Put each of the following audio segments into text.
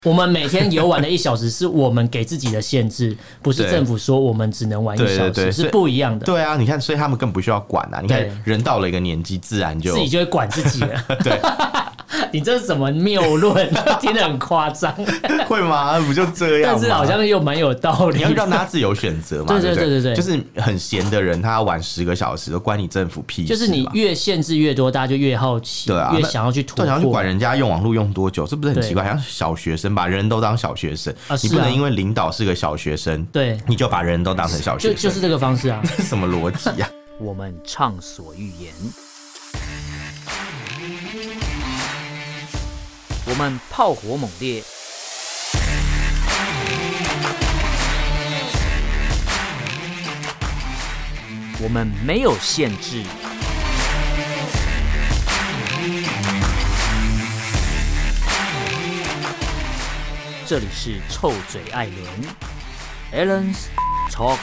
我们每天游玩的1小时是我们给自己的限制，不是政府说我们只能玩1小时，是不一样的。 对啊，你看，所以他们更不需要管啊。你看，人到了一个年纪，自然就自己就会管自己了。 对。 你这是什么谬论？听得很夸张。 会吗？不就这样吗？ 但是好像又蛮有道理。 你要让他自由选择嘛。 对， 就是很闲的人，他要玩10个小时，都关你政府屁事。 就是你越限制越多，大家就越好奇， 对啊， 越想要去突破， 想要去管人家用网络用多久，这不是很奇怪？像小学生把人都当小学生，你不能因为领导是个小学生， 对， 你就把人都当成小学生， 就是这个方式啊。 这是什么逻辑啊？ 我们畅所欲言，我们炮火猛烈，我们没有限制。这里是臭嘴艾伦 Alan's Talk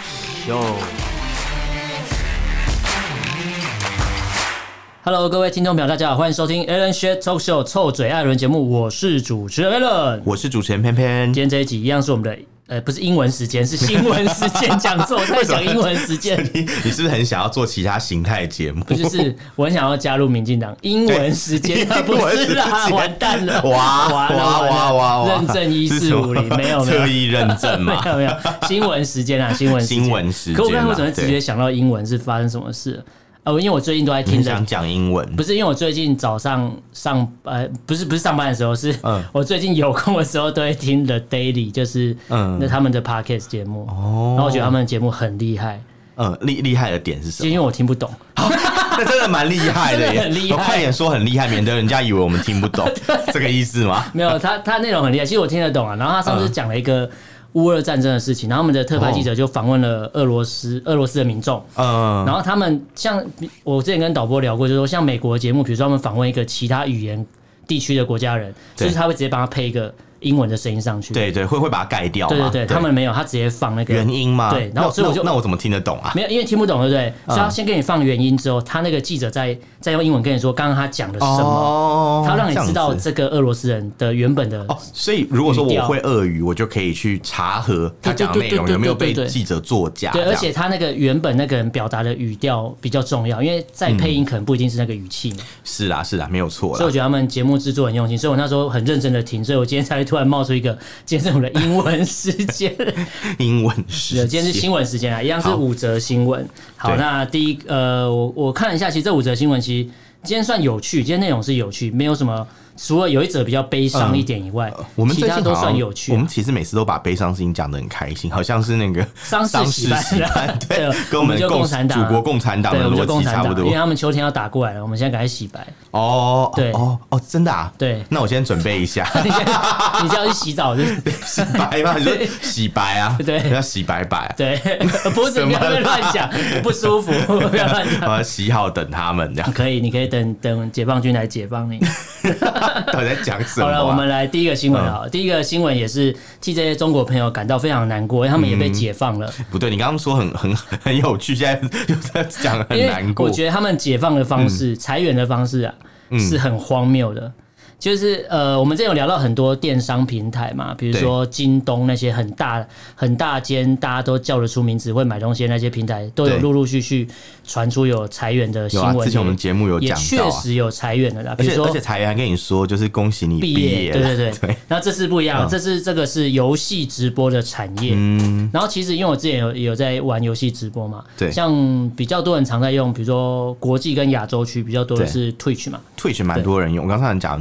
Show。Hello， 各位听众朋友，大家好，欢迎收听 Alan's Talk Show 臭嘴艾伦节目，我是主持人 Alan， 我是主持人偏偏。 今天这一集一样是我们的。不是英文时间，是新闻时间。讲错，我在讲英文时间。 你是不是很想要做其他形态的节目？ 不是，我很想要加入民进党英文时间，不是啦，完蛋了，完了，认证1450没有特意认证嘛？ 没有新闻时间啊，新闻时间。可我刚才为什么直接想到英文？是发生什么事？因为我最近都在听想讲英文， 不是因为我最近早上不是上班的时候，是我最近有空的时候都会听 The Daily， 就是他们的 Podcast 节目，然后我觉得他们的节目很厉害。 厉害的点是什么？ 因为我听不懂。 那真的蛮厉害的耶， 很厉害。 快点说很厉害，免得人家以为我们听不懂，这个意思吗？ 没有，他内容很厉害，其实我听得懂啊。然后他上次讲了一个乌俄战争的事情，然后我们的特派记者就访问了俄罗斯的民众，然后他们像我之前跟导播聊过，就是说像美国的节目，比如说他们访问一个其他语言地区的国家人，就是他会直接帮他配一个英文的声音上去， 对，会把它盖掉嘛， 对，他们没有，他直接放那个原音吗？ 对，然后所以那我怎么听得懂啊？ 没有，因为听不懂，对不对？所以他先给你放原音之后，他那个记者再用英文跟你说刚刚他讲的什么，他让你知道这个俄罗斯人的原本的。 所以如果说我会俄语，我就可以去查核他讲的内容有没有被记者作假。 对，而且他那个原本那个人表达的语调比较重要，因为再配音可能不一定是那个语气嘛。 是啦，没有错啦。 所以我觉得他们节目制作很用心，所以我那时候很认真的听，所以我今天才会突然冒出一个。今天是我们的英文时间， 英文时间， 今天是新闻时间啊，一样是5则新闻。好，那第一，我看了一下，其实这5则新闻其实今天算有趣，今天内容是有趣，没有什么。除了有一则比较悲伤一点以外， 我们其他都算有趣。 我们其实每次都把悲伤事情讲得很开心，好像是那个丧事喜办， 对，跟我们祖国共产党的逻辑差不多。 因为他们秋天要打过来了，我们现在赶快洗白。 对，真的啊？ 对， 那我先准备一下。 你就要去洗澡，就洗白吗？你说洗白啊？ 对， 要洗白白。 对，不是，不要乱讲，不舒服，不要乱讲。 我要洗好等他们这样。 可以，你可以等解放军来解放你。 到底在讲什么？ 好了，我们来第一个新闻啊。第一个新闻也是替这些中国朋友感到非常难过，因为他们也被解放了。 不对，你刚刚说很有趣，现在就在讲很难过。 我觉得他们解放的方式、裁员的方式啊，是很荒谬的。就是我们之前有聊到很多电商平台嘛，比如说京东那些很大间，大家都叫得出名字会买东西的那些平台，都有陆陆续续传出有裁员的新闻。 之前我们节目有讲到， 也确实有裁员的啦。 而且裁员还跟你说，就是恭喜你毕业。 对。那这次不一样，这个是游戏直播的产业。然后其实因为我之前有在玩游戏直播嘛， 对， 像比较多人常在用，比如说国际跟亚洲区比较多的是 Twitch 嘛 ，Twitch 蛮多人用。我刚才讲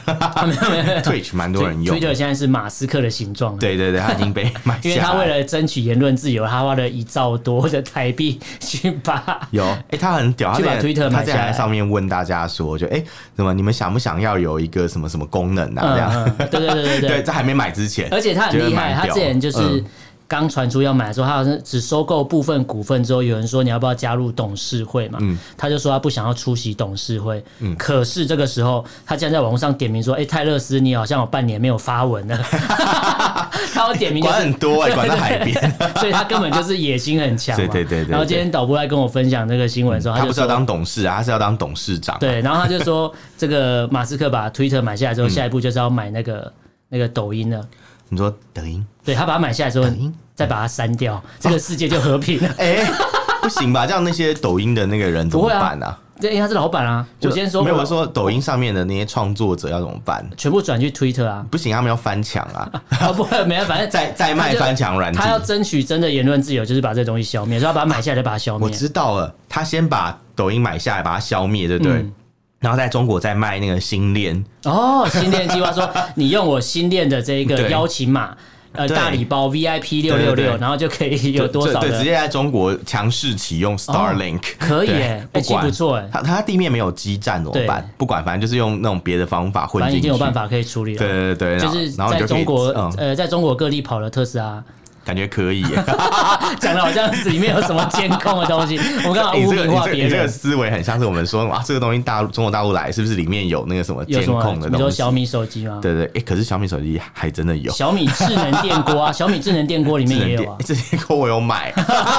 Twitter 蛮多人用 ，Twitter 现在是马斯克的形状。 对，他已经被买下来， 因为他为了争取言论自由，他花了1兆多的台币去把他很屌， 去把 Twitter 买下来。 他在上面问大家说，什么你们想不想要有一个什么什么功能啊？这样， 对， 在还没买之前， 而且他很厉害，他之前就是刚传出要买的时候，他好像只收购部分股份之后，有人说你要不要加入董事会嘛？他就说他不想要出席董事会。可是这个时候，他竟然在网络上点名说：“泰勒斯，你好像有半年没有发文了。”他有点名， 管很多管到海边， 所以他根本就是野心很强嘛。 对。 然后今天导播来跟我分享这个新闻的时候， 他不是要当董事啊，他是要当董事长。 对，然后他就说，这个马斯克把 Twitter 买下来之后，下一步就是要买那个那个抖音了。 你说抖音？ 对，他把它买下来之后，再把它删掉，这个世界就和平了。 不行吧？这样那些抖音的那个人怎么办啊？ 对，因为他是老板啊。我今天说没有说抖音上面的那些创作者要怎么办？ 全部转去 Twitter 啊！ 不行，他们要翻墙啊！ 不会，没办法，反正再卖翻墙软体。 他要争取真的言论自由，就是把这东西消灭，所以要把它买下来，再把它消灭。 我知道了，他先把抖音买下来，把它消灭，对不对？然后在中国再卖那个新链。 新链计划说你用我新链的这个邀请码。大礼包 VIP 666，然后就可以有多少的？ 对，直接在中国强势启用 Starlink， 可以耶，其实不错哎。 他地面没有基站怎么办？不管，反正就是用那种别的方法混进去， 反正一定有办法可以处理了。 对， 就是在中国在中国各地跑了特斯拉。 感觉可以耶， 讲的好像是里面有什么监控的东西。我们刚刚污名化别人， 你这个思维很像是我们说这个东西中国大陆来，是不是里面有那个什么监控的东西？ 你说小米手机吗？ 对，可是小米手机还真的有小米智能电锅啊，小米智能电锅里面也有啊。 这电锅我有买，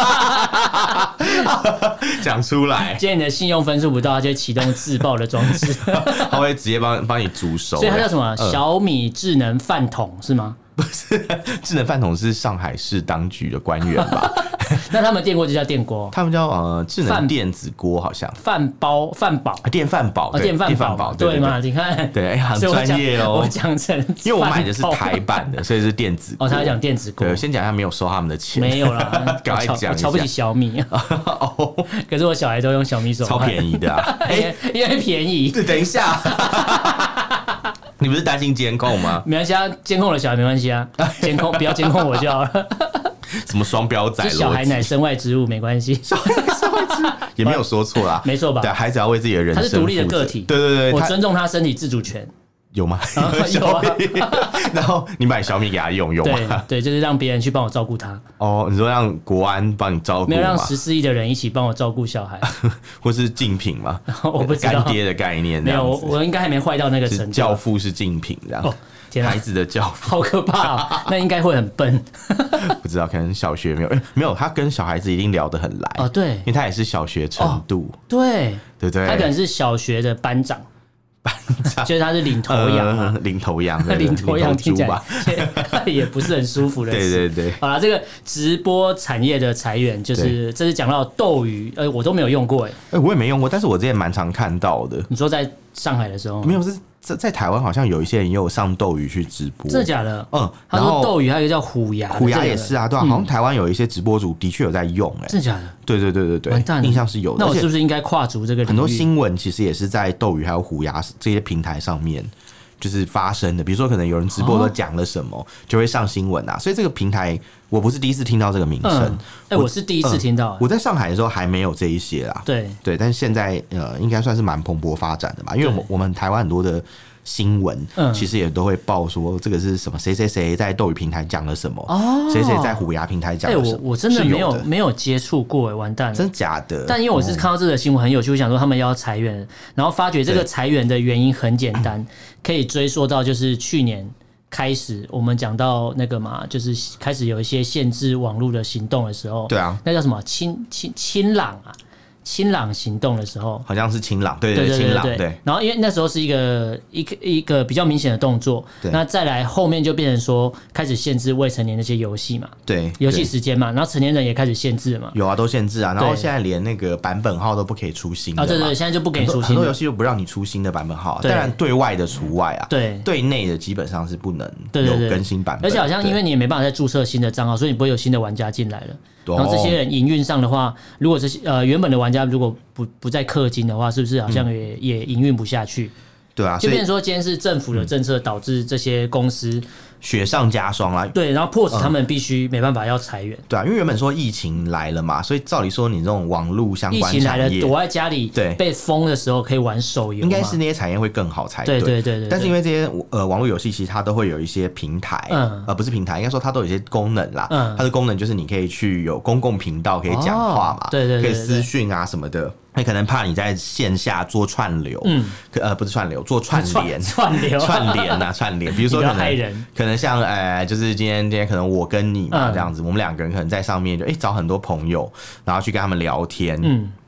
讲出来。 既然你的信用分数不到，它就会启动自爆的装置， 它会直接帮你煮熟。 所以它叫什么？小米智能饭桶是吗？ 不是，智能饭桶是上海市当局的官员吧？ 那他们电锅就叫电锅， 他们叫智能电子锅，好像饭宝电饭煲， 电饭煲，对嘛？你看， 对，很专业哦。 我讲成， 因为我买的是台版的，所以是电子锅。 他讲电子锅。 对，先讲一下，没有收他们的钱， 没有啦， 赶快讲一下。 瞧不起小米，可是我小孩都用小米手， 超便宜的啊， 因为便宜。 等一下。你不是担心监控吗？ 没关系啊，监控了小孩没关系啊，监控不要监控我就好了。 什么双标仔？ 小孩乃身外之物，没关系。 小孩乃身外之物也没有说错啦， 没错吧？ 对，孩子要为自己的人生负责， 他是独立的个体。 对， 我尊重他身体自主权。 有吗？ 有啊。 然后你买小米给他用吗？ 对，就是让别人去帮我照顾他。 你说让国安帮你照顾吗？ 没有让14亿的人一起帮我照顾小孩， 或是竞品吗？ 我不知道， 干爹的概念。 没有，我应该还没坏到那个程度。 教父是竞品这样。孩子的教父好可怕哦，那应该会很笨。 不知道，可能小学没有，他跟小孩子一定聊得很来对， 因为他也是小学程度， 对不对？ 他可能是小学的班长，就是他是领头羊， 领头羊听起来也不是很舒服的事。 对。 好了，这个直播产业的裁员，就是这是讲到斗鱼，我都没有用过我也没用过，但是我之前蛮常看到的。 你说在上海的时候， 没有是。在台湾好像有一些人也有上斗鱼去直播， 真的假的？他说斗鱼还有一个叫虎牙， 虎牙也是啊，对啊，好像台湾有一些直播主的确有在用， 真的假的？ 对，印象是有的。 那我是不是应该跨足这个领域？ 很多新闻其实也是在斗鱼还有虎牙这些平台上面就是发生的，比如说可能有人直播都讲了什么，就会上新闻啊。所以这个平台我不是第一次听到这个名称， 我是第一次听到。 我在上海的时候还没有这一些啦，对，但是现在应该算是蛮蓬勃发展的吧，因为我们台湾很多的新闻其实也都会报说这个是什么谁谁谁在斗鱼平台讲了什么，谁谁在虎牙平台讲了什么。 我真的没有接触过，完蛋了， 真假的？ 但因为我是看到这个新闻很有趣，我想说他们要裁员，然后发觉这个裁员的原因很简单，可以追溯到就是去年开始我们讲到那个嘛，就是开始有一些限制网络的行动的时候， 对啊， 那叫什么清朗啊。清朗行动的时候， 好像是清朗，对，清朗，对。 然后因为那时候是一个比较明显的动作，那再来后面就变成说开始限制未成年那些游戏嘛， 对， 游戏时间嘛，然后成年人也开始限制嘛， 有啊，都限制啊。然后现在连那个版本号都不可以出新的， 对，现在就不给你出新的， 很多游戏就不让你出新的版本号，当然对外的除外啊，对内的基本上是不能有更新版本， 而且好像因为你也没办法再注册新的账号，所以你不会有新的玩家进来了。然后这些人营运上的话，如果这些原本的玩家如果不再氪金的话，是不是好像也营运不下去？对啊，就变成说今天是政府的政策导致这些公司雪上加霜啦。 对，然后迫使他们必须没办法要裁员。 对啊，因为原本说疫情来了嘛，所以照理说你这种网络相关产业， 疫情来了，躲在家里被封的时候可以玩手游， 应该是那些产业会更好才对。对。但是因为这些网络游戏其实它都会有一些平台，不是平台，应该说它都有一些功能啦。它的功能就是你可以去有公共频道可以讲话嘛，对，可以私讯啊什么的。那可能怕你在线下做串流，不是串流，做串联，串联。比如说可能像就是今天可能我跟你嘛这样子，我们两个人可能在上面就找很多朋友，然后去跟他们聊天，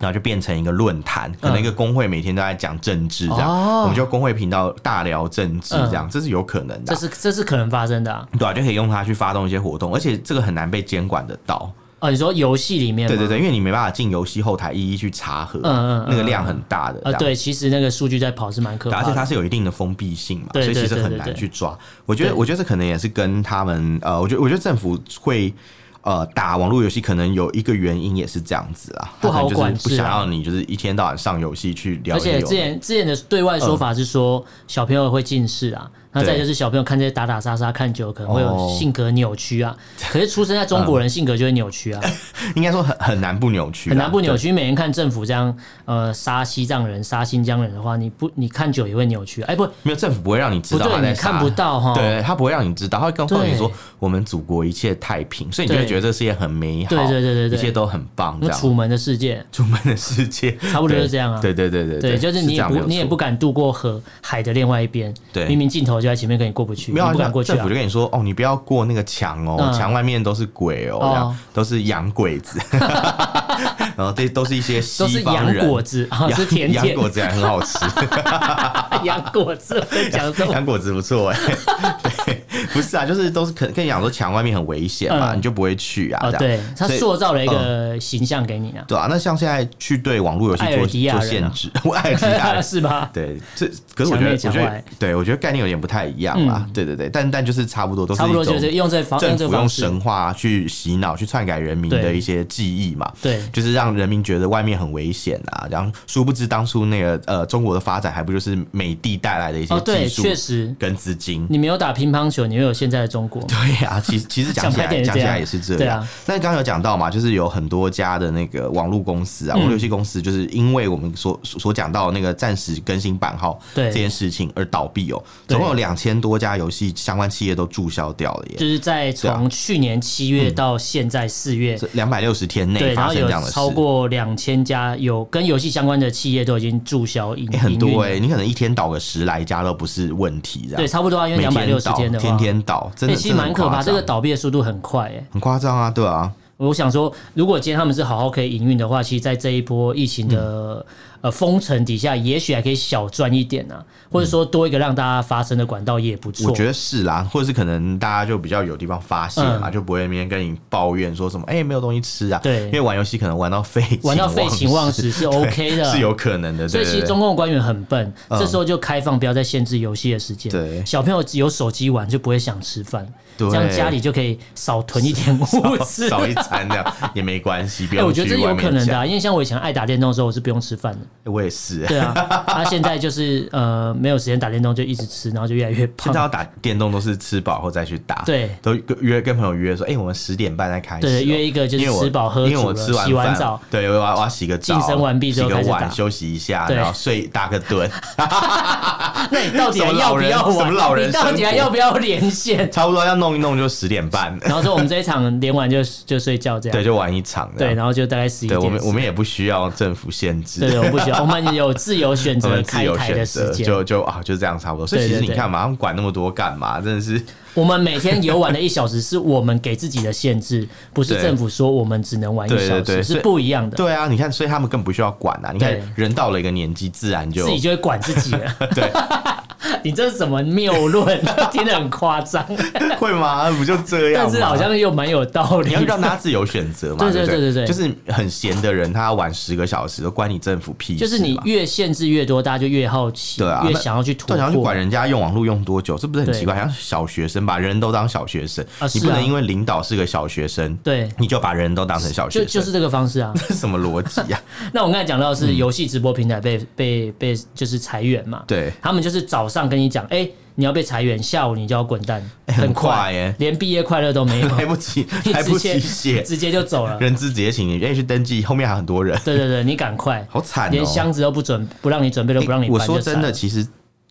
然后就变成一个论坛，可能一个工会每天都在讲政治这样，我们就工会频道大聊政治这样，这是有可能的， 这是可能发生的啊， 对啊，就可以用它去发动一些活动，而且这个很难被监管得到。 你说游戏里面吗？ 对，因为你没办法进游戏后台一一去查核，那个量很大的。 对，其实那个数据在跑是蛮可怕的， 而且它是有一定的封闭性嘛，所以其实很难去抓。我觉得这可能也是跟他们我觉得政府会。打网络游戏可能有一个原因也是这样子啊， 不好管制， 不想要你就是一天到晚上游戏去了解。 而且之前的对外说法是说小朋友会近视啊，那再就是小朋友看这些打打杀杀看久可能会有性格扭曲啊。可是出生在中国人性格就会扭曲啊， 应该说很难不扭曲， 很难不扭曲。每天看政府这样杀西藏人、杀新疆人的话，你看久也会扭曲。不， 没有政府不会让你知道他在杀， 你看不到哈， 对他不会让你知道，他会告诉你说我们祖国一切太平，所以你就会觉得这世界很美好，对，一切都很棒。这样， 楚门的世界，差不多就是这样啊。 对， 就是你也不敢渡过海的另外一边，对，明明镜头就在前面，跟你过不去， 没有不敢过去。 政府就跟你说你不要过那个墙哦，墙外面都是鬼哦，这样都是洋鬼子，然后这都是一些西方人， 都是洋果子，是甜洋果子还很好吃， 洋果子在讲什么？ 洋果子不错对，不是啊，就是都是跟你讲说墙外面很危险嘛，你就不会去啊。 对，他塑造了一个形象给你啊。 对啊，那像现在去对网络游戏做限制，艾尔迪亚人是吧？ 对，可是我觉得概念有点不太一样啦。对，但就是差不多都是一种就是用政府用神话去洗脑、去篡改人民的一些记忆嘛。 对， 就是让人民觉得外面很危险啊，然后殊不知当初那个中国的发展还不就是美帝带来的一些技术， 确实跟资金。 你没有打乒乓球，你会有现在的中国。 对啊，其实讲起来也是这样。对啊，那刚刚有讲到嘛，就是有很多家的那个网络公司啊，网络游戏公司，就是因为我们所讲到的那个暂时更新版号这件事情而倒闭哦。总共有2000多家游戏相关企业都注销掉了耶。 就是在从去年7月到现在4月 260天内发生这样的事， 超过2000家有跟游戏相关的企业都已经注销营运， 很多你可能一天倒个10来家都不是问题，这样对，差不多啊，因为260天的话， 天天倒，真的其实蛮可怕，这个倒闭的速度很快， 很夸张啊，对啊。 我想说，如果今天他们是好好可以营运的话，其实，在这一波疫情的封城底下，也许还可以小赚一点啊，或者说多一个让大家发声的管道也不错。 我觉得是啦，或者是可能大家就比较有地方发泄嘛，就不会那边跟你抱怨说什么没有东西吃啊。 对， 因为玩游戏可能玩到废寝忘食是 OK 的，是有可能的。 所以其实中共官员很笨，这时候就开放，不要再限制游戏的时间。 对， 小朋友有手机玩就不会想吃饭。这样家里就可以少囤一点物资， 少一餐这样也没关系。 我觉得这有可能的因为像我以前爱打电动的时候，我是不用吃饭的。 我也是。 对啊，他现在就是没有时间打电动，就一直吃，然后就越来越胖。 现在要打电动都是吃饱后再去打， 对， 都跟朋友约说，我们10点半再开始。 对，约一个就是吃饱喝足了，洗完澡， 对，我要洗个澡， 净身完毕之后开始打， 休息一下，然后打个盹。 那你到底要不要玩？ 什么老人？ 你到底要不要连线？ 差不多要弄一弄就10点半， 然后说我们这一场连完就睡觉这样， 对，就玩一场， 对，然后就大概11点。 对，我们也不需要政府限制， 对，我们不需要，我们有自由选择开台的时间， 就这样差不多。所以其实你看嘛，他们管那么多干嘛？真的是。 我们每天游玩的1小时是我们给自己的限制，不是政府说我们只能玩1小时，是不一样的。 对啊，你看，所以他们更不需要管啊。你看，人到了一个年纪，自然就自己就会管自己了。 对， 你这是什么谬论？听得很夸张。 会吗？不就这样吗？ 但是好像又蛮有道理。 你要让他自由选择嘛。 对， 就是很闲的人，他要玩10个小时，都关你政府屁事。 就是你越限制越多，大家就越好奇， 对啊， 越想要去突破， 想要去管人家用网络用多久，这不是很奇怪？像小学生把人都当小学生，你不能因为领导是个小学生， 对， 你就把人都当成小学生， 就是这个方式啊。 这是什么逻辑啊？ 那我刚才讲到的是游戏直播平台被就是裁员嘛， 对， 他们就是早上跟你讲，你要被裁员，下午你就要滚蛋， 很快耶， 连毕业快乐都没有， 来不及写， 直接就走了， 人资直接请你去登记，后面还很多人， 对，你赶快， 好惨， 连箱子都不让你准备，都不让你搬。 我说真的，其实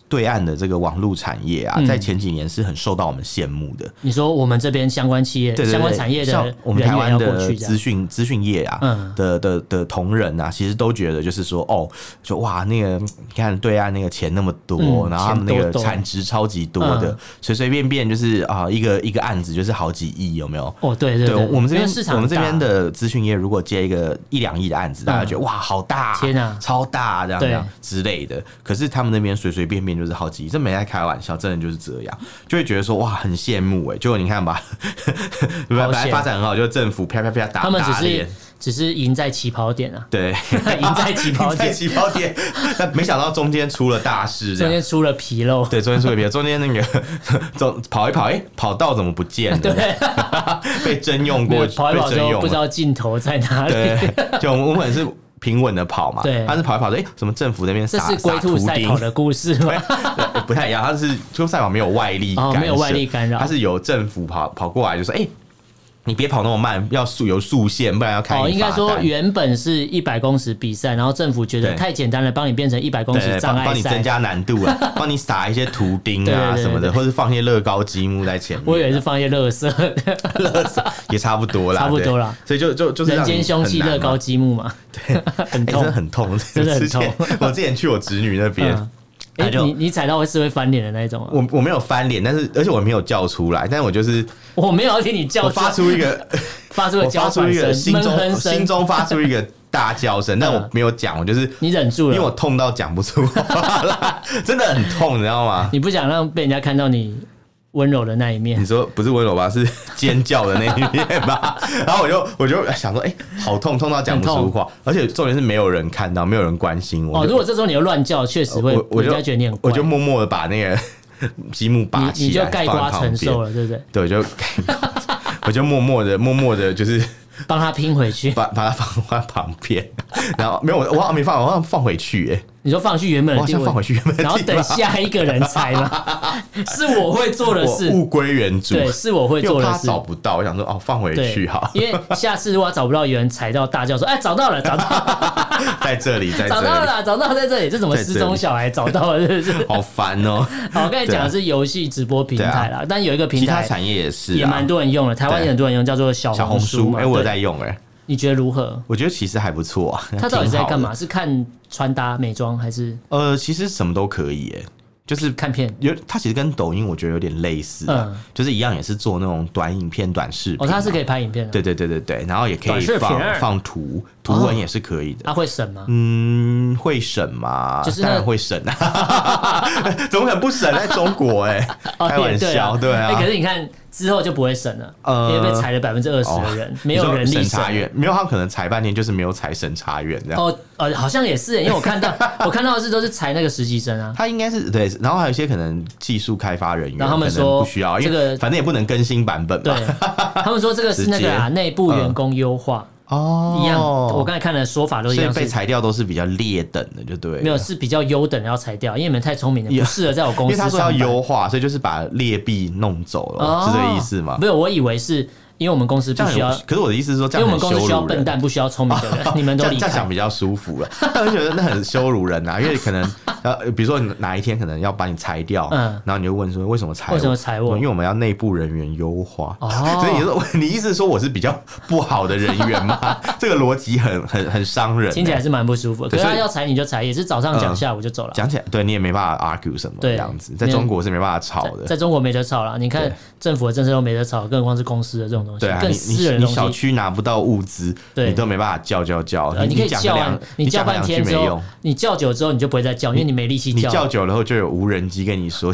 对岸的这个网络产业啊，在前几年是很受到我们羡慕的。 你说我们这边相关企业、对对对相关产业的人员要过去， 像我们台湾的资讯业啊的同仁啊，其实都觉得就是说，哦，就哇，那个你看对岸那个钱那么多，然后他们那个产值超级多的，随随便便就是一个案子就是好几亿，有没有？ 哦，对对对， 我们这边的资讯业如果接一个1-2亿的案子，大家觉得哇，好大， 天啊， 超大这样之类的。可是他们那边随随便便就是好几亿，这没在开玩笑，真的就是这样，就会觉得说哇，很羡慕哎。结果你看吧，本来发展很好，就政府啪啪啪打， 他们只是赢在起跑点啊， 对， 赢在起跑点，但没想到中间出了大事， 中间出了纰漏， 对，中间出了纰漏，中间那个跑一跑，跑道怎么不见了？ 对， 被征用过， 跑一跑之后不知道尽头在哪里， 对，就我们是平稳的跑嘛， 对， 他是跑一跑说，什么政府那边撒这是龟兔赛跑的故事吗？ 不太一样，他是龟兔赛跑没有外力干涉， 没有外力干扰， 他是有政府跑过来就说，你别跑那么慢，要有速限，不然要开你罚单。 应该说原本是100公尺比赛，然后政府觉得太简单了，帮你变成100公尺障碍赛， 帮你增加难度啊，帮你撒一些图钉啊什么的，或是放一些乐高积木在前面。 我以为是放一些垃圾也差不多啦，所以就是人间凶器乐高积木嘛， 对，很痛，真的很痛， 真的很痛。 我之前去我侄女那边。 你踩到是会翻脸的那一种啊？ 我没有翻脸，而且我没有叫出来，但是我就是我没有要听你叫出来， 我发出一个心中发出一个大叫声，但我没有讲，我就是你忍住了， 因为我痛到讲不出话来，真的很痛，你知道吗？ 你不想让被人家看到你温柔的那一面， 你说不是温柔吧？是尖叫的那一面吧？然后我就想说，好痛到讲不出话，而且重点是没有人看到，没有人关心我。 如果这时候你又乱叫，确实会人家觉得你很怪。 我就默默的把那个积木拔起来， 你就盖瓜承受了，对不对？ 对，我就默默的，就是帮他拼回去， 把它放在旁边，然后没有，我好像没放，我好像放回去你说放去原本的地方， 放回去原本的地方， 然后等下一个人猜吗？是我会做的事， 物归原主。 对，是我会做的事。 因为他找不到，我想说放回去好。 因为下次如果找不到，有人踩到大叫说：“找到了，找到了， 在这里， 找到了，找到在这里。”这怎么失踪小孩找到了？是不是？ 好烦哦。 好，我刚才讲的是游戏直播平台啦，但有一个平台， 其他产业也是， 也蛮多人用的，台湾也很多人用，叫做小红书。 我有在用你觉得如何？ 我觉得其实还不错啊。 他到底是在干嘛？是看穿搭、美妆还是？ 其实什么都可以就是看片。 它其实跟抖音我觉得有点类似就是一样也是做那种短影片、短视频。 它是可以拍影片的。 对，然后也可以放图文也是可以的。 它会审吗？ 会审吗？ 就是当然会审啊，怎么可能不审？在中国开玩笑，对啊。 可是你看。之后就不会审了，因为被裁了20%的人，没有人力审查员，没有他可能裁半天就是没有裁审查员这样。好像也是，因为我看到的是都是裁那个实习生啊。 他应该是对，然后还有一些可能技术开发人员， 然后他们说不需要，因为反正也不能更新版本嘛。 对，他们说这个是那个内部员工优化。一样，我刚才看的说法都一样， 所以被裁掉都是比较劣等的，就对了。 没有，是比较优等的要裁掉，因为你们太聪明了，不适合在我公司上班。 因为他说要优化，所以就是把劣币弄走了，是这个意思吗？ 没有，我以为是因为我们公司不需要。 可是我的意思是说，这样很羞辱人。因为我们公司需要笨蛋，不需要聪明的人，你们都离开。 这样想比较舒服了，但我觉得那很羞辱人啊，因为可能比如说哪一天可能要把你裁掉，然后你就问说为什么裁我？ 为什么裁我？ 因为我们要内部人员优化。所以你意思是说我是比较不好的人员吗？这个逻辑很伤人， 听起来是蛮不舒服的。可是他要裁你就裁，也是早上讲，下午就走了。 讲起来，对你也没办法 argue 什么这样子，在中国是没办法吵的。 在中国没得吵啦，你看政府的政策都没得吵，更何况是公司的这种东西，更私人的东西。 你小区拿不到物资，你都没办法叫。 你可以叫啊，你叫半天之后，你叫久之后你就不会再叫，因为你没力气叫。 你叫久了后就有无人机跟你说，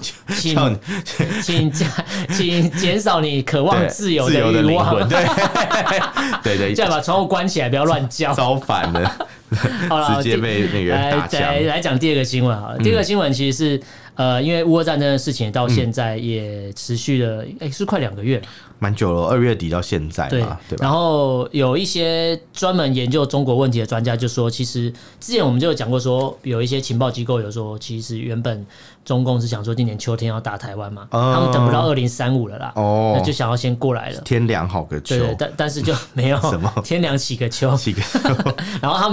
请减少你渴望自由的欲望。 对， 这样把窗户关起来，不要乱叫， 招烦了。好了，直接被那个打枪。 来讲第二个新闻好了。第二个新闻其实是因为乌俄战争的事情到现在也持续了，是快2个月。 蛮久了，2月底到现在嘛，对吧？ 然后有一些专门研究中国问题的专家就说，其实之前我们就有讲过，说有一些情报机构有说，其实原本中共是想说今年秋天要打台湾嘛，他们等不到2035了啦，那就想要先过来了。 天凉好个秋， 对，但是就没有什么天凉起个秋，然后他们就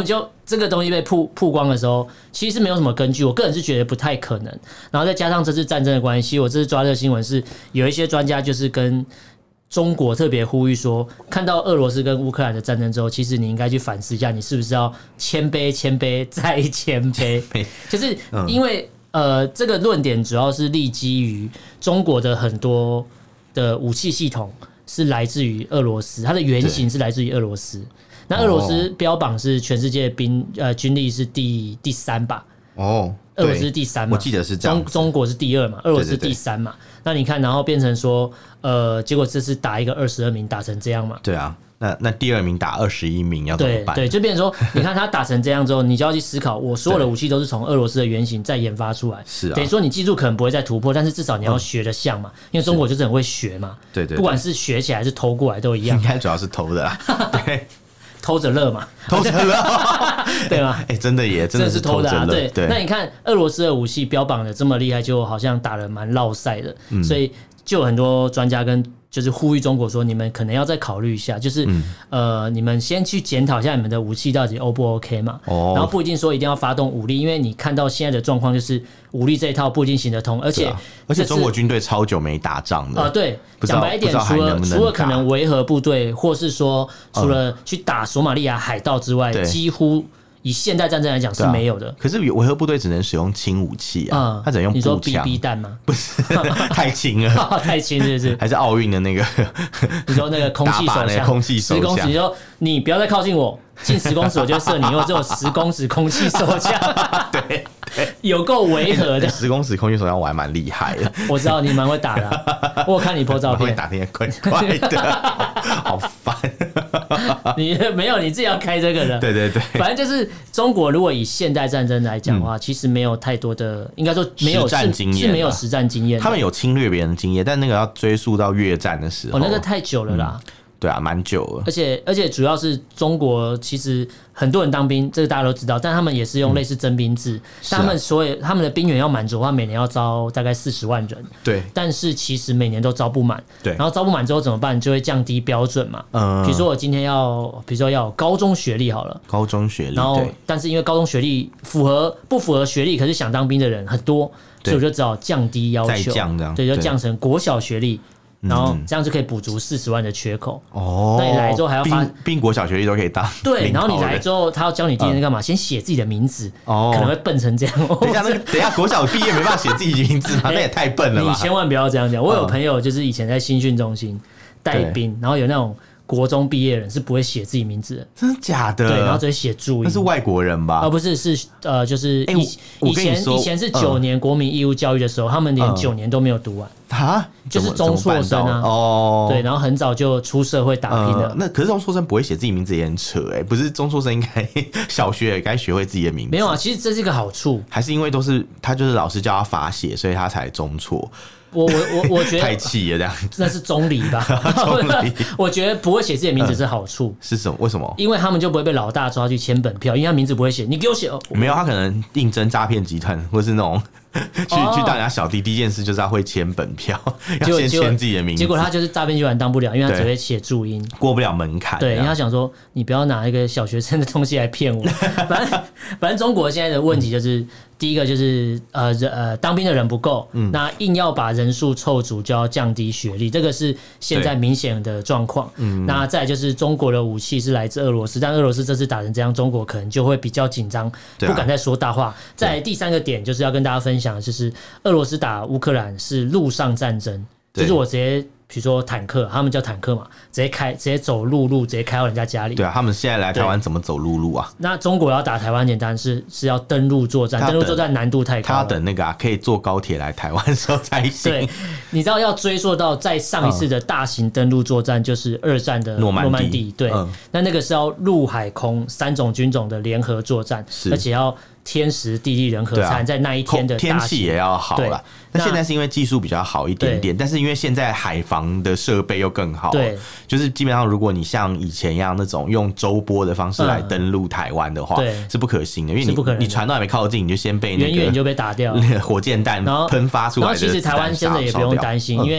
这个东西被曝光的时候，其实没有什么根据，我个人是觉得不太可能。然后再加上这次战争的关系，我这次抓这个新闻是有一些专家就是跟中国特别呼吁说，看到俄罗斯跟乌克兰的战争之后，其实你应该去反思一下，你是不是要谦卑再谦卑，就是因为这个论点主要是立基于中国的很多的武器系统是来自于俄罗斯，它的原型是来自于俄罗斯。那俄罗斯标榜是全世界军力是第3吧？哦，俄罗斯第3嘛， 我记得是这样。 中国是第2嘛，俄罗斯第3嘛。对对对，那你看，然后变成说，结果这次打一个22名打成这样嘛？ 对啊。那第2名打21名要怎么办？ 对，就变成说，你看他打成这样之后，你就要去思考，我所有的武器都是从俄罗斯的原型再研发出来， 是啊， 等于说你技术可能不会再突破，但是至少你要学得像嘛，因为中国就是很会学嘛， 对， 不管是学起来还是偷过来都一样， 应该主要是偷的啦，对， 偷着乐嘛， 偷着乐， 对吗？ 真的耶，真的是偷着乐啊， 对。那你看俄罗斯的武器标榜的这么厉害，就好像打得蛮落赛的，所以就有很多专家跟就是呼吁中国说，你们可能要再考虑一下，就是你们先去检讨一下你们的武器到底 O 不 OK 嘛，然后不一定说一定要发动武力，因为你看到现在的状况就是武力这一套不一定行得通，而且中国军队超久没打仗了， 对，讲白一点，除了可能维和部队，或是说除了去打索马利亚海盗之外，几乎以现代战争来讲是没有的。 可是维和部队只能使用轻武器啊，他只能用步枪。 你说 BB 弹吗？ 不是，太轻了， 太轻是不是？ 还是奥运的那个？ 你说那个空气手枪，10公尺，你说你不要再靠近我，近10公尺我就射你，因为只有10公尺空气手枪。 对。 有够违和的 ，10公尺空气手枪我还蛮厉害的。 我知道你蛮会打的啊，我有看你 po 照片， 会打那些怪怪的，好烦。 你没有，你自己要开这个的。 对， 反正就是中国如果以现代战争来讲的话，其实没有太多的，应该说没有实战经验， 是没有实战经验。 他们有侵略别人的经验，但那个要追溯到越战的时候， 那个太久了啦。 对啊，蛮久了。 而且主要是中国，其实很多人当兵，这个大家都知道，但他们也是用类似征兵制，但他们的兵员要满足的话，每年要招大概40万人。 对， 但是其实每年都招不满。 对， 然后招不满之后怎么办？就会降低标准嘛。比如说我今天比如说要有高中学历好了， 高中学历， 然后但是因为高中学历不符合学历，可是想当兵的人很多，所以我就只好降低要求， 再降这样， 对，就降成国小学历。然后这样就可以补足40万的缺口。那你来之后还要兵国小学历都可以当。 对，然后你来之后，他要教你第一天干嘛？先写自己的名字。可能会笨成这样。 等一下，国小毕业没办法写自己的名字吗？那也太笨了吧！ 你千万不要这样讲。我有朋友就是以前在新训中心带兵，然后有那种国中毕业人是不会写自己名字的。 真的假的？ 对，然后只会写注音。 那是外国人吧？ 不是，是就是以前是9年国民义务教育的时候，他们连9年都没有读完。就是中辍生啊，对，然后很早就出社会打拼了。 那可是中辍生不会写自己名字也很扯不是中辍生应该小学也该学会自己的名字？ 没有啊，其实这是一个好处， 还是因为他就是老师叫他罚写，所以他才中辍。 我觉得太气了，这样那是中理吧？我觉得不会写自己的名字是好处， 是什么？为什么？ 因为他们就不会被老大抓去签本票，因为他名字不会写，你给我写。 没有，他可能应征诈骗集团，或是那种去当人家小弟，第一件事就是要会签本票，要先签自己的名字。 结果他就是诈骗集团当不了，因为他只会写注音， 过不了门槛。 对，因为他想说，你不要拿一个小学生的东西来骗我。反正中国现在的问题就是。第一个就是当兵的人不够，那硬要把人数凑足就要降低学历，这个是现在明显的状况。那再来就是中国的武器是来自俄罗斯，但俄罗斯这次打成这样，中国可能就会比较紧张，不敢再说大话。再来第3个点就是要跟大家分享的就是俄罗斯打乌克兰是陆上战争，就是我直接。比如说坦克，他们叫坦克嘛，直接走陆路，直接开到人家家里。 对啊，他们现在来台湾怎么走陆路啊？ 那中国要打台湾，简单是要登陆作战，登陆作战难度太高了。 他要等那个可以坐高铁来台湾的时候才行。 对，你知道要追溯到再上一次的大型登陆作战，就是2战的诺曼底。对，那个是要陆海空3种军种的联合作战，而且要天时地利人和才能在那一天的天气也要好啦。那现在是因为技术比较好一点点，但是因为现在海防的设备又更好，对，就是基本上如果你像以前一样那种用周播的方式来登陆台湾的话，是不可行的，因为你船都还没靠近，你就先被那个远就被打掉， 火箭弹喷发出来的。 然后其实台湾真的也不用担心，因为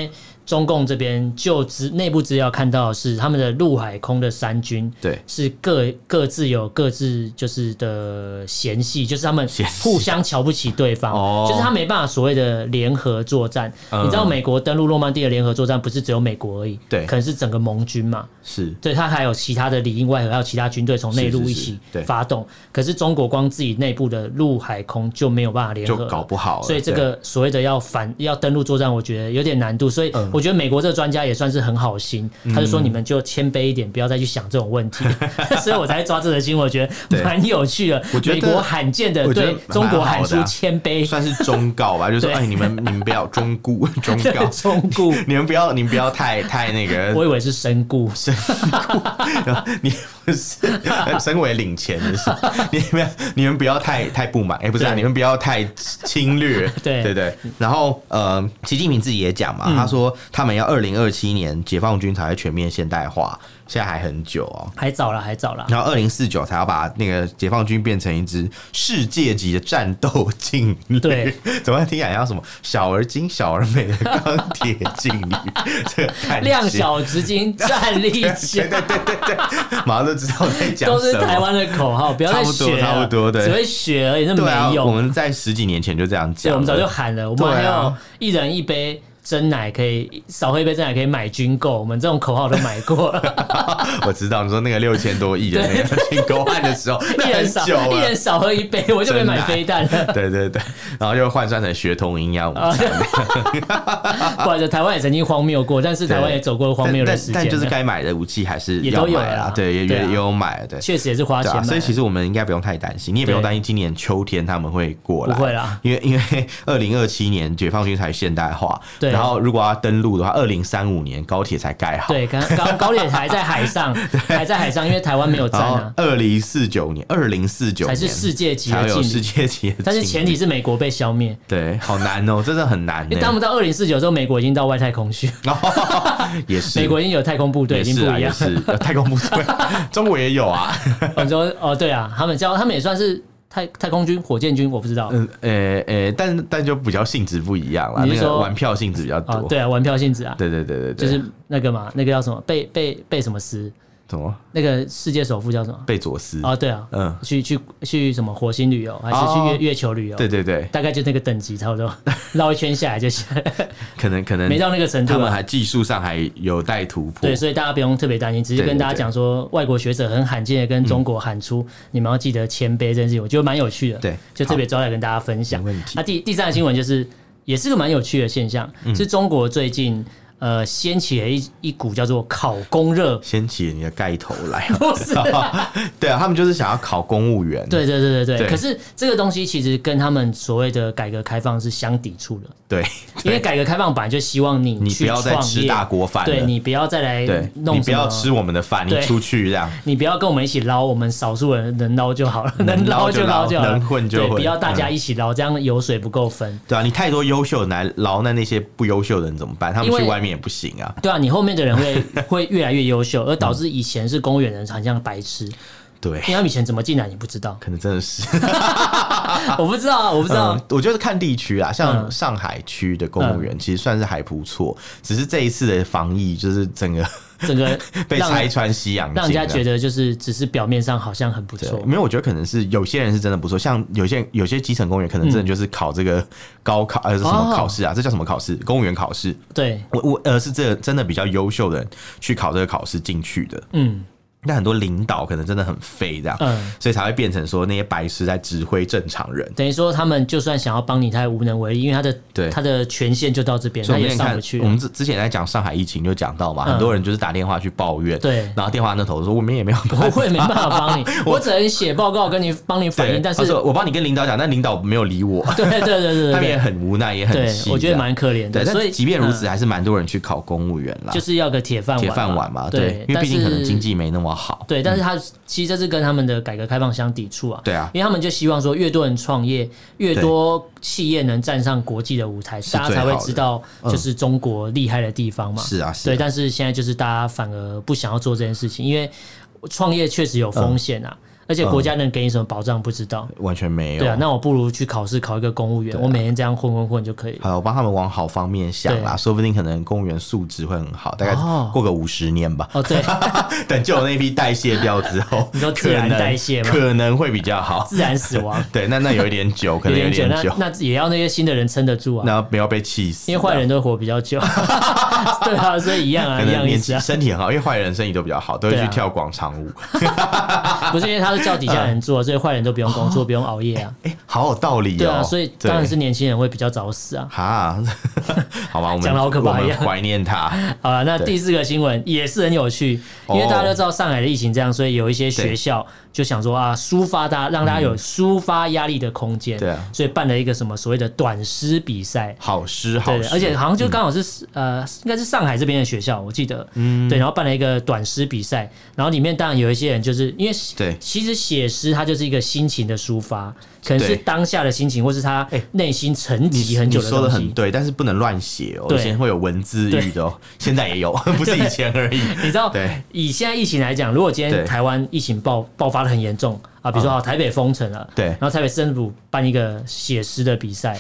中共这边就内部资料看到的是，他们的陆海空的三军对是各自有各自就是的嫌隙，就是他们互相瞧不起对方，就是他没办法所谓的联合作战。你知道美国登陆诺曼底的联合作战不是只有美国而已，对，可能是整个盟军嘛，是对，他还有其他的里应外合，还有其他军队从内陆一起发动。可是中国光自己内部的陆海空就没有办法联合， 就搞不好了。 所以这个所谓的要登陆作战，我觉得有点难度。所以我觉得美国这个专家也算是很好心，他就说你们就谦卑一点，不要再去想这种问题。所以我才抓这个新闻，我觉得蛮有趣的。美国罕见的对中国喊出谦卑， 算是忠告吧，就是说哎，你们不要忠固，忠告忠固， 你们不要太那个。 我以为是身故， 你不是身为领钱的事，你们不要太不满，不是啊，你们不要太侵略，对。然后习近平自己也讲嘛，他说他们要2027年解放军才会全面现代化，现在还很久哦， 还早了。 然后2049才要把那个解放军变成一支世界级的战斗劲旅。对，怎么听起来像什么小而精、小而美的钢铁劲旅？这个量小直精，战力强。 对，马上就知道我在讲什么。 都是台湾的口号，不要再学了， 差不多，对， 只会学而已，那没用。 我们在10几年前就这样讲， 我们早就喊了，我们还有一人一杯。真奶可以少喝一杯真奶可以买军购，我们这种口号都买过了。 我知道你说那个6000多亿的那个军购案的时候， 一人少喝一杯，我就可以买飞弹了。 对，然后就换算成学童营养午餐。 不然台湾也曾经荒谬过，但是台湾也走过荒谬的时间。 但就是该买的武器还是要买啦，对，也有买，对， 确实也是花钱买。 所以其实我们应该不用太担心，你也不用担心今年秋天他们会过来， 不会啦， 因为2027年解放军才现代化，对。然后如果要登陆的话，2035年高铁才盖好。 对，高铁还在海上，还在海上，因为台湾没有站啊。 2049年才是世界级的劲旅， 世界级的。 但是前提是美国被消灭。 对，好难哦，真的很难。 当不到2049之后，美国已经到外太空去。 也是， 美国已经有太空部队，已经不一样。 是太空部队，中国也有啊。 你说对啊，他们也算是。太空军、火箭军，我不知道。 但就比较性质不一样啦。那个玩票性质比较多。 对啊，玩票性质啊。 对， 就是那个嘛，那个叫什么贝什么斯？ 什么？ 那个世界首富叫什么？ 贝佐斯。 对啊，去什么火星旅游，还是去月球旅游？ 对， 大概就那个等级差不多，绕一圈下来就行。 可能没到那个程度， 他们还技术上还有待突破。 对，所以大家不用特别担心，只是跟大家讲说，外国学者很罕见的跟中国喊出，你们要记得谦卑这件事情，我觉得蛮有趣的。对，就特别抓来跟大家分享。 没问题。 那第三个新闻就是也是个蛮有趣的现象，是中国最近。掀起了一股叫做考公热， 掀起了你的盖头来， 不是？ 对啊，他们就是想要考公务员。 对。可是这个东西其实跟他们所谓的改革开放是相抵触的。 对， 因为改革开放本来就希望你不要再吃大锅饭， 对你不要再来弄， 你不要吃我们的饭，你出去这样， 你不要跟我们一起捞，我们少数人能捞就好了，能捞就捞就好了， 能混就混， 不要大家一起捞，这样油水不够分。 对啊，你太多优秀的来捞，那些不优秀的人怎么办？他们去外面也不行啊。 对啊，你后面的人会越来越优秀，而导致以前是公务员的人很像白痴。对，因为他们以前怎么进来你不知道， 可能真的是我不知道。 我觉得看地区啦，像上海区的公务员其实算是还不错，只是这一次的防疫就是整个被拆穿西洋镜， 让人家觉得就是只是表面上好像很不错。 没有，我觉得可能是有些人是真的不错，像有些基层公务员可能真的就是考这个高考什么考试啊，这叫什么考试？公务员考试。对，是这真的比较优秀的人去考这个考试进去的。但很多领导可能真的很废这样，所以才会变成说那些白痴在指挥正常人。等于说他们就算想要帮你，他也无能为力，因为他的权限就到这边，他也上不去。 我们之前在讲上海疫情就讲到嘛，很多人就是打电话去抱怨，对，然后电话那头说我们也没有办法， 我也没办法帮你，我只能写报告帮你反映，但是我帮你跟领导讲，但领导没有理我。 对，他们也很无奈，也很气。 我觉得蛮可怜的。 所以即便如此，还是蛮多人去考公务员啦， 就是要个铁饭碗嘛。对，因为毕竟可能经济没那么好。 对，但是其实这是跟他们的改革开放相抵触啊。对啊，因为他们就希望说，越多人创业，越多企业能站上国际的舞台，大家才会知道就是中国厉害的地方嘛。是啊，对。但是现在就是大家反而不想要做这件事情，因为创业确实有风险啊。 而且国家能给你什么保障不知道， 完全没有。 对啊，那我不如去考试考一个公务员，我每天这样混就可以。 好，我帮他们往好方面想啦，说不定可能公务员素质会很好，大概过个50年吧。 对， 等旧的那批代谢掉之后， 你说自然代谢吗？ 可能会比较好， 自然死亡。 对，那有一点久，可能有点久。 那也要那些新的人撑得住啊， 那不要被气死， 因为坏人都活比较久。对啊，所以一样啊，一样意思啊。 身体很好，因为坏人身体都比较好，都会去跳广场舞。 不是因为他是叫底下人做，所以坏人都不用工作，不用熬夜啊。 好有道理哦。 对啊，所以当然是年轻人会比较早死啊。 哈，好吧，我们讲得好可怕一样， 怀念他。 好了，那第4个新闻也是很有趣，因为大家都知道上海的疫情这样，所以有一些学校就想说啊，抒发让大家有抒发压力的空间。对啊，所以办了一个什么所谓的短诗比赛， 好诗， 而且好像就刚好是应该是上海这边的学校，我记得，对，然后办了一个短诗比赛，然后里面当然有一些人就是因为其实写诗它就是一个心情的抒发，可能是当下的心情，或是他内心沉积很久的东西。 你说的很对，但是不能乱写哦，以前会有文字狱的哦，现在也有，不是以前而已。 你知道，以现在疫情来讲，如果今天台湾疫情爆发的很严重啊，比如说台北封城了，对，然后台北市政府办一个写诗的比赛，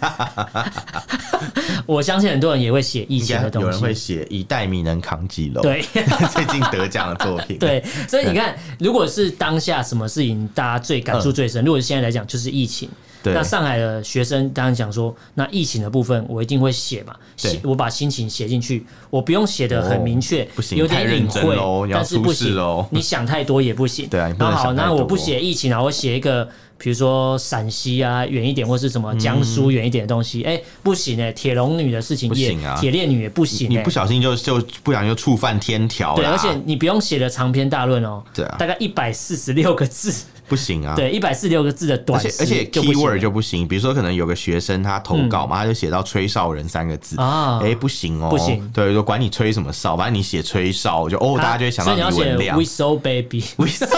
我相信很多人也会写疫情的东西， 有人会写以待米能扛几楼， 对， 最近得奖的作品， 对，所以你看，如果是当下什么事情大家最感触最深，如果是现在来讲就是疫情。那上海的学生当然讲说，那疫情的部分我一定会写嘛，我把心情写进去，我不用写得很明确，有点隐晦，但是不行，你想太多也不行。 对啊， 那好，那我不写疫情啊，我写一个，比如说陕西啊远一点，或是什么江苏远一点的东西，不行铁笼女的事情也，铁链女也不行， 你不小心就不小心就触犯天条了。 对，而且你不用写的长篇大论哦，对啊，大概146个字。 不行啊， 对146个字的短诗， 而且 keyword 就不行。比如说，可能有个学生他投稿嘛，他就写到吹哨人3个字啊，不行哦， 不行。 对，就管你吹什么哨，反正你写吹哨，就大家就会想到李文亮。 Whistle baby，Whistle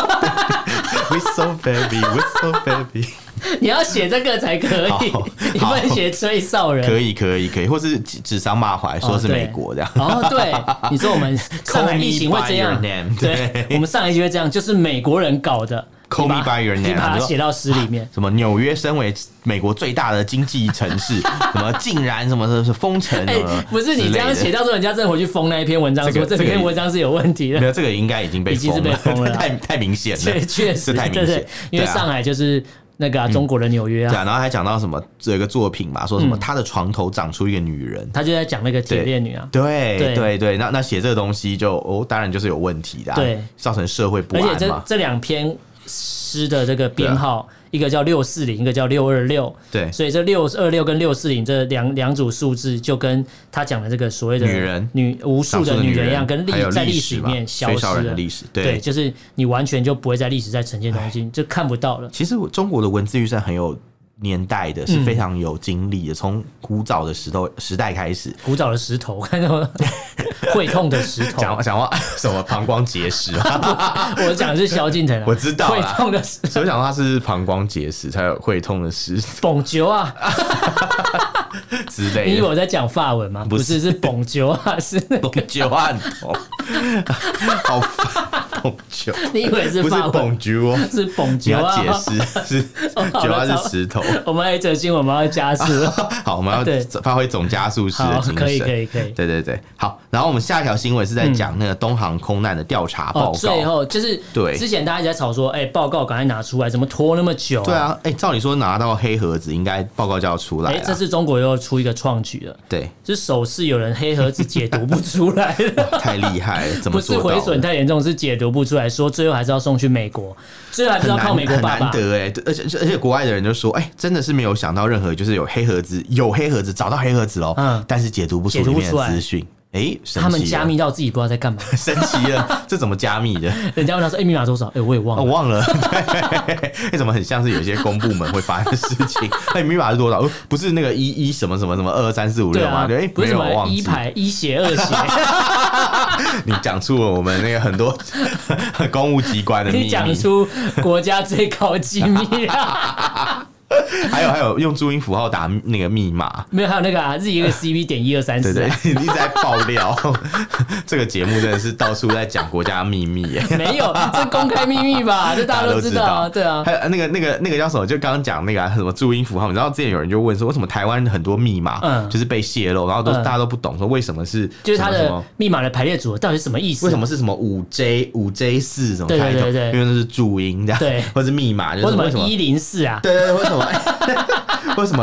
baby，Whistle baby。 你要写这个才可以，你不能写吹哨人。 可以，或是指桑骂槐，说是美国这样。 对，你说我们上海疫情会这样，对，我们上海疫情会这样，就是美国人搞的。 Call me by your name， 你把它写到诗里面。 什么纽约身为美国最大的经济城市，什么竟然什么是封城？ 不是你这样写，到时候人家真的回去封那一篇文章，说这篇文章是有问题的。 没有，这个应该已经被封了，太明显了， 确实太明显。 因为上海就是那个中国的纽约啊。 对啊，然后还讲到什么有一个作品嘛，说什么他的床头长出一个女人， 他就在讲那个铁链女啊。 对，那写这个东西就当然就是有问题的，对，造成社会不安嘛。 而且这2篇诗的这个编号，一个叫640，一个叫626，对，所以这626跟640这两组数字，就跟他讲的这个所谓的无数的女人一样，跟在历史里面消失了。对，就是你完全就不会在历史再呈现东西，就看不到了。 其实中国的文字狱是很有年代的，是非常有经历的，从古早的时代开始。 古早的石头，看到会痛的石头。 讲话什么膀胱结石？ 我讲的是萧敬腾， 我知道会痛的石头。 所以讲他是膀胱结石才有会痛的石。 蹦球啊之类的。 你以为我在讲法文吗？不是，是蹦球啊，是蹦球啊，好烦。蹦球， 你以为是法文？ 不是蹦球， 是蹦球啊。 你要解释是球啊是石头。 我们一则新闻，我们要加速。 好，我们要发挥总加速式的精神。 可以。 对。好，然后我们下一条新闻是在讲那个东航空难的调查报告。 最后就是之前大家一直在吵说，报告赶快拿出来，怎么拖那么久？ 对啊，照理说拿到黑盒子，应该报告就要出来。 这次中国又出一个创举了， 对， 是首次有人黑盒子解读不出来了， 太厉害了，怎么不是毁损太严重，是解读不出来，说最后还是要送去美国，最后还是要靠美国爸爸。 很难得而且国外的人就说，真的是没有想到任何就是有黑盒子找到黑盒子喽，但是解读不出里面的资讯。 他们加密到自己不知道在干嘛， 神奇了，这怎么加密的？ 人家问他说：“密码多少？”我也忘了， 我忘了。对，怎么很像是有些公部门会发生的事情？密码是多少？不是那个一什么什么什么22345吗？对， 不是什么一排一写2写。 你讲出了我们那个很多公务机关的秘密， 你讲出国家最高机密啦。 还有用注音符号打那个密码， 没有，还有那个ZEXCV.1234， 对对，你一直在爆料。这个节目真的是到处在讲国家秘密耶， 没有，这公开秘密吧，这大家都知道，对啊。 还有那个叫什么？就刚刚讲那个什么注音符号，你知道之前有人就问说，为什么台湾很多密码就是被泄露，然后大家都不懂，说为什么是就是它的密码的排列组合到底是什么意思？ 为什么是什么5J4什么开头？对，因为那是注音这样， 对， 或是密码，就是为什么104啊？ 对，为什么？为什么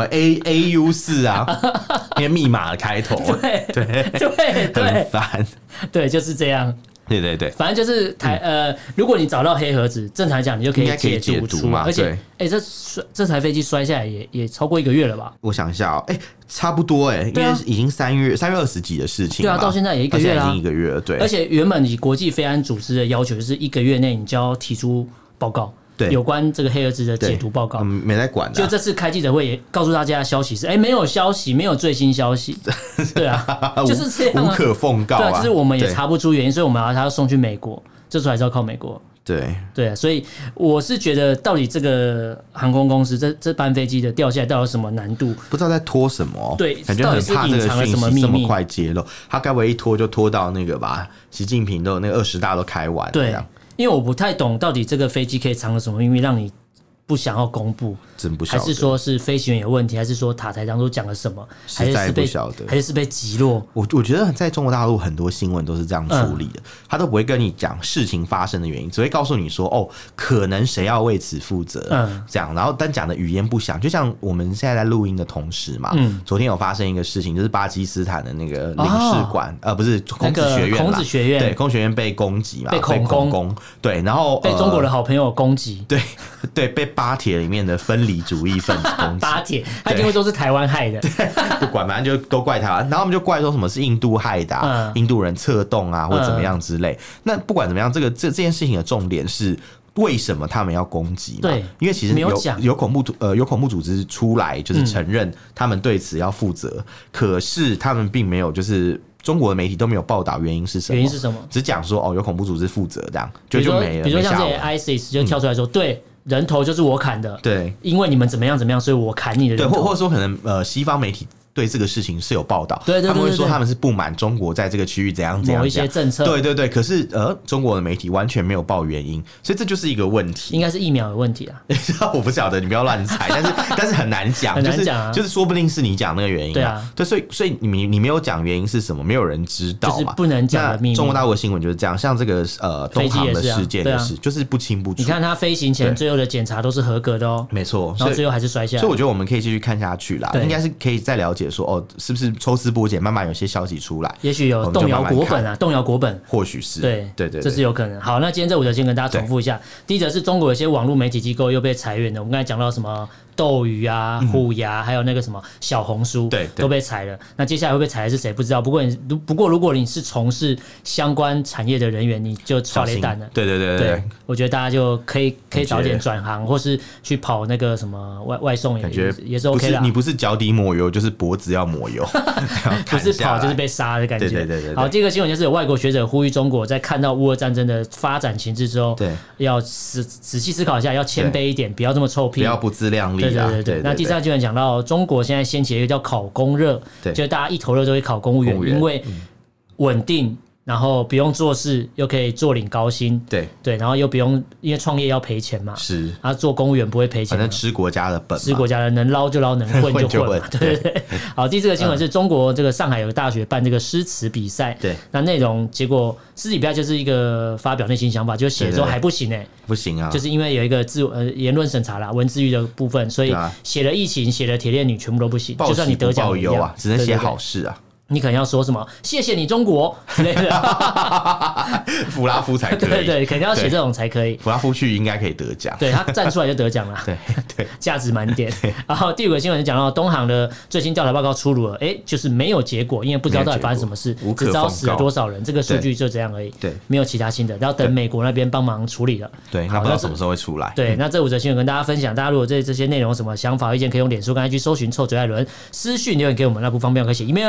AU4 啊？因为密码的开头，对，很烦， 对，就是这样。 对， 反正就是如果你找到黑盒子，正常来讲你就可以解读出嘛。而且，这台飞机摔下来也超过1个月了吧？ 我想一下哦，差不多因为已经3月20几的事情， 对啊，到现在也1个月啦， 已经1个月了，对。 而且原本以国际飞安组织的要求就是1个月内你就要提出报告。对，有关这个黑盒子的解读报告， 没在管的。 就这次开记者会也告诉大家的消息是，没有消息，没有最新消息。对啊，就是这样， 无可奉告啊。 对，就是我们也查不出原因，所以我们要他要送去美国，这时候还是要靠美国。对，所以我是觉得，到底这个航空公司这班飞机的掉下来，到底有什么难度？ 不知道在拖什么。 对， 感觉很怕这个讯息这么快揭露。他该不会一拖就拖到那个吧？习近平都那个20大都开完， 对。因为我不太懂到底这个飞机可以藏了什么秘密，让你不想要公布， 真不晓得， 还是说是飞行员有问题，还是说塔台当初讲了什么， 实在不晓得， 还是被击落？ 我觉得在中国大陆很多新闻都是这样处理的，他都不会跟你讲事情发生的原因，只会告诉你说可能谁要为此负责，这样，然后但讲的语焉不详，就像我们现在在录音的同时嘛，昨天有发生一个事情，就是巴基斯坦的那个领事馆，不是孔子学院， 孔子学院， 对，孔子学院被攻击嘛，被恐攻， 对，然后被中国的好朋友攻击， 对，被巴铁里面的分离主义分子攻击。 巴铁，他一定会说是台湾害的， 不管，反正就都怪台湾，然后他们就怪说什么是印度害的，印度人策动啊，或怎么样之类。那不管怎么样，这件事情的重点是。为什么他们要攻击嘛？ 对， 因为其实有恐怖组织出来，就是承认他们对此要负责，可是他们并没有就是中国的媒体都没有报道原因是什么？ 原因是什么？ 只讲说有恐怖组织负责这样，就没了。 比如说像这些 ISIS 就跳出来说，对。人头就是我砍的，对，因为你们怎么样，所以我砍你的人头。 对，或者说可能西方媒体对这个事情是有报道， 对， 他们会说他们是不满中国在这个区域怎样某一些政策， 对，可是中国的媒体完全没有报原因，所以这就是一个问题。 应该是疫苗有问题啊， 我不晓得，你不要乱猜，但是很难讲， 很难讲啊， 就是说不定是你讲那个原因， 对啊， 对，所以你没有讲原因是什么，没有人知道嘛， 就是不能讲的秘密。 中国大陆的新闻就是这样，像这个东航的事件也是，就是不清不楚。 你看他飞行前最后的检查都是合格的哦， 没错， 然后最后还是摔下来， 所以我觉得我们可以继续看下去啦，应该是可以再了解说是不是抽丝剥茧，慢慢有些消息出来， 也许有动摇国本啊，动摇国本， 或许是， 对，这是有可能。好，那今天这5则先跟大家重复一下。第一则是中国有些网络媒体机构又被裁员了，我们刚才讲到什么斗鱼啊、虎牙，还有那个什么小红书，对，都被裁了。那接下来会被裁的是谁？不知道。不过如果你是从事相关产业的人员，你就超雷蛋了。对，我觉得大家就可以早点转行，或是去跑那个什么外送，也是 OK 的。 你不是脚底抹油，就是脖子要抹油， 不是跑就是被杀的感觉。 对。 好，第一个新闻就是有外国学者呼吁中国在看到乌俄战争的发展情势之后，要仔细思考一下，要谦卑一点，不要这么臭屁， 不要不自量力。 对。那第三个新闻讲到中国现在掀起了一个叫考公热，就是大家一头热都会考公务员，因为稳定。然后不用做事，又可以坐领高薪，对，然后又不用因为创业要赔钱嘛， 是， 啊，做公务员不会赔钱， 反正吃国家的本， 吃国家的能捞就捞，能混就混，对。好，第四个新闻是中国这个上海有个大学办这个诗词比赛，对，那内容结果诗词比赛就是一个发表内心想法，就写之后还不行不行啊， 就是因为有一个言论审查啦，文字狱的部分，所以写了疫情，写了铁链女，全部都不行，就算你得奖一样， 只能写好事啊。 你可能要说什么谢谢你中国之类的弗拉夫才可以， 对，肯定要写这种才可以。 弗拉夫去应该可以得奖， 对，他站出来就得奖了，对，价值满点。然后第五个新闻就讲到东航的最新调查报告出炉了，就是没有结果，因为不知道到底发生什么事，只知道死了多少人，这个数据就这样而已，对，没有其他新的，要等美国那边帮忙处理了。 对，那不知道什么时候会出来。 对，那这5则新闻跟大家分享，大家如果对这些内容有什么想法、意见，可以用脸书跟IG搜寻臭嘴艾伦，私讯留言给我们，那不方便可以写 email。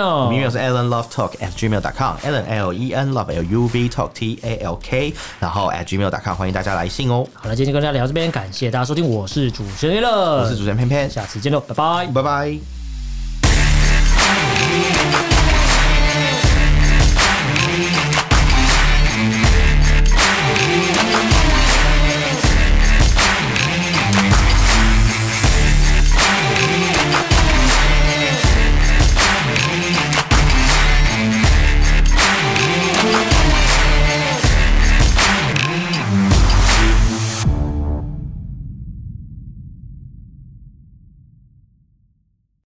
email 是 allenlovetalk@gmail.com，Allen Len Love LUV Talk TALK， 然后@gmail.com， 欢迎大家来信哦。 好了，今天跟大家聊这边，感谢大家收听，我是主持人乐， 我是主持人偏偏， 下次见喽，拜拜， 拜拜。